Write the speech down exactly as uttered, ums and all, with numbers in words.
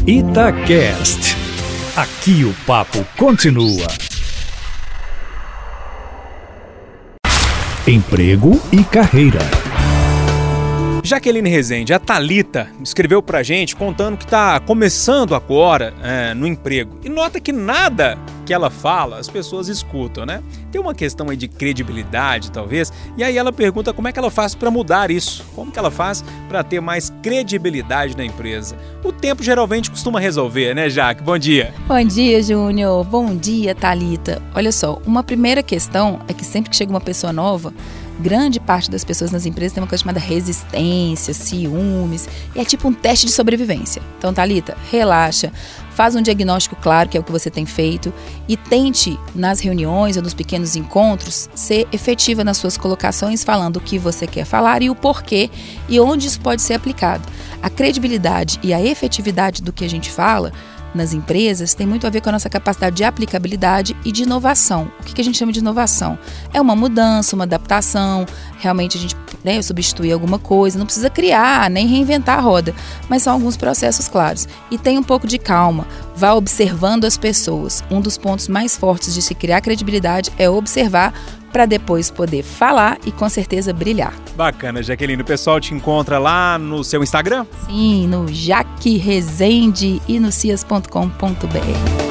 Itacast. Aqui o papo continua. Emprego e carreira. Jaqueline Rezende, a Thalita, escreveu pra gente contando que tá começando agora é, no emprego. E nota que nada que ela fala, as pessoas escutam, né? Tem uma questão aí de credibilidade, talvez. E aí ela pergunta como é que ela faz pra mudar isso. Como que ela faz pra ter mais credibilidade na empresa? O tempo geralmente costuma resolver, né, Jaque? Bom dia. Bom dia, Júnior. Bom dia, Thalita. Olha só, uma primeira questão é que sempre que chega uma pessoa nova, grande parte das pessoas nas empresas tem uma coisa chamada resistência, ciúmes, e é tipo um teste de sobrevivência. Então, Thalita, relaxa, faz um diagnóstico claro, que é o que você tem feito, e tente, nas reuniões ou nos pequenos encontros, ser efetiva nas suas colocações, falando o que você quer falar e o porquê e onde isso pode ser aplicado. A credibilidade e a efetividade do que a gente fala nas empresas tem muito a ver com a nossa capacidade de aplicabilidade e de inovação. O que a gente chama de inovação? É uma mudança, uma adaptação, realmente a gente né, substituir alguma coisa, não precisa criar, nem reinventar a roda, mas são alguns processos claros. E tem um pouco de calma, vá observando as pessoas. Um dos pontos mais fortes de se criar credibilidade é observar para depois poder falar e com certeza brilhar. Bacana, Jaqueline. O pessoal te encontra lá no seu Instagram? Sim, no Jaque Rezende e no cias ponto com ponto br.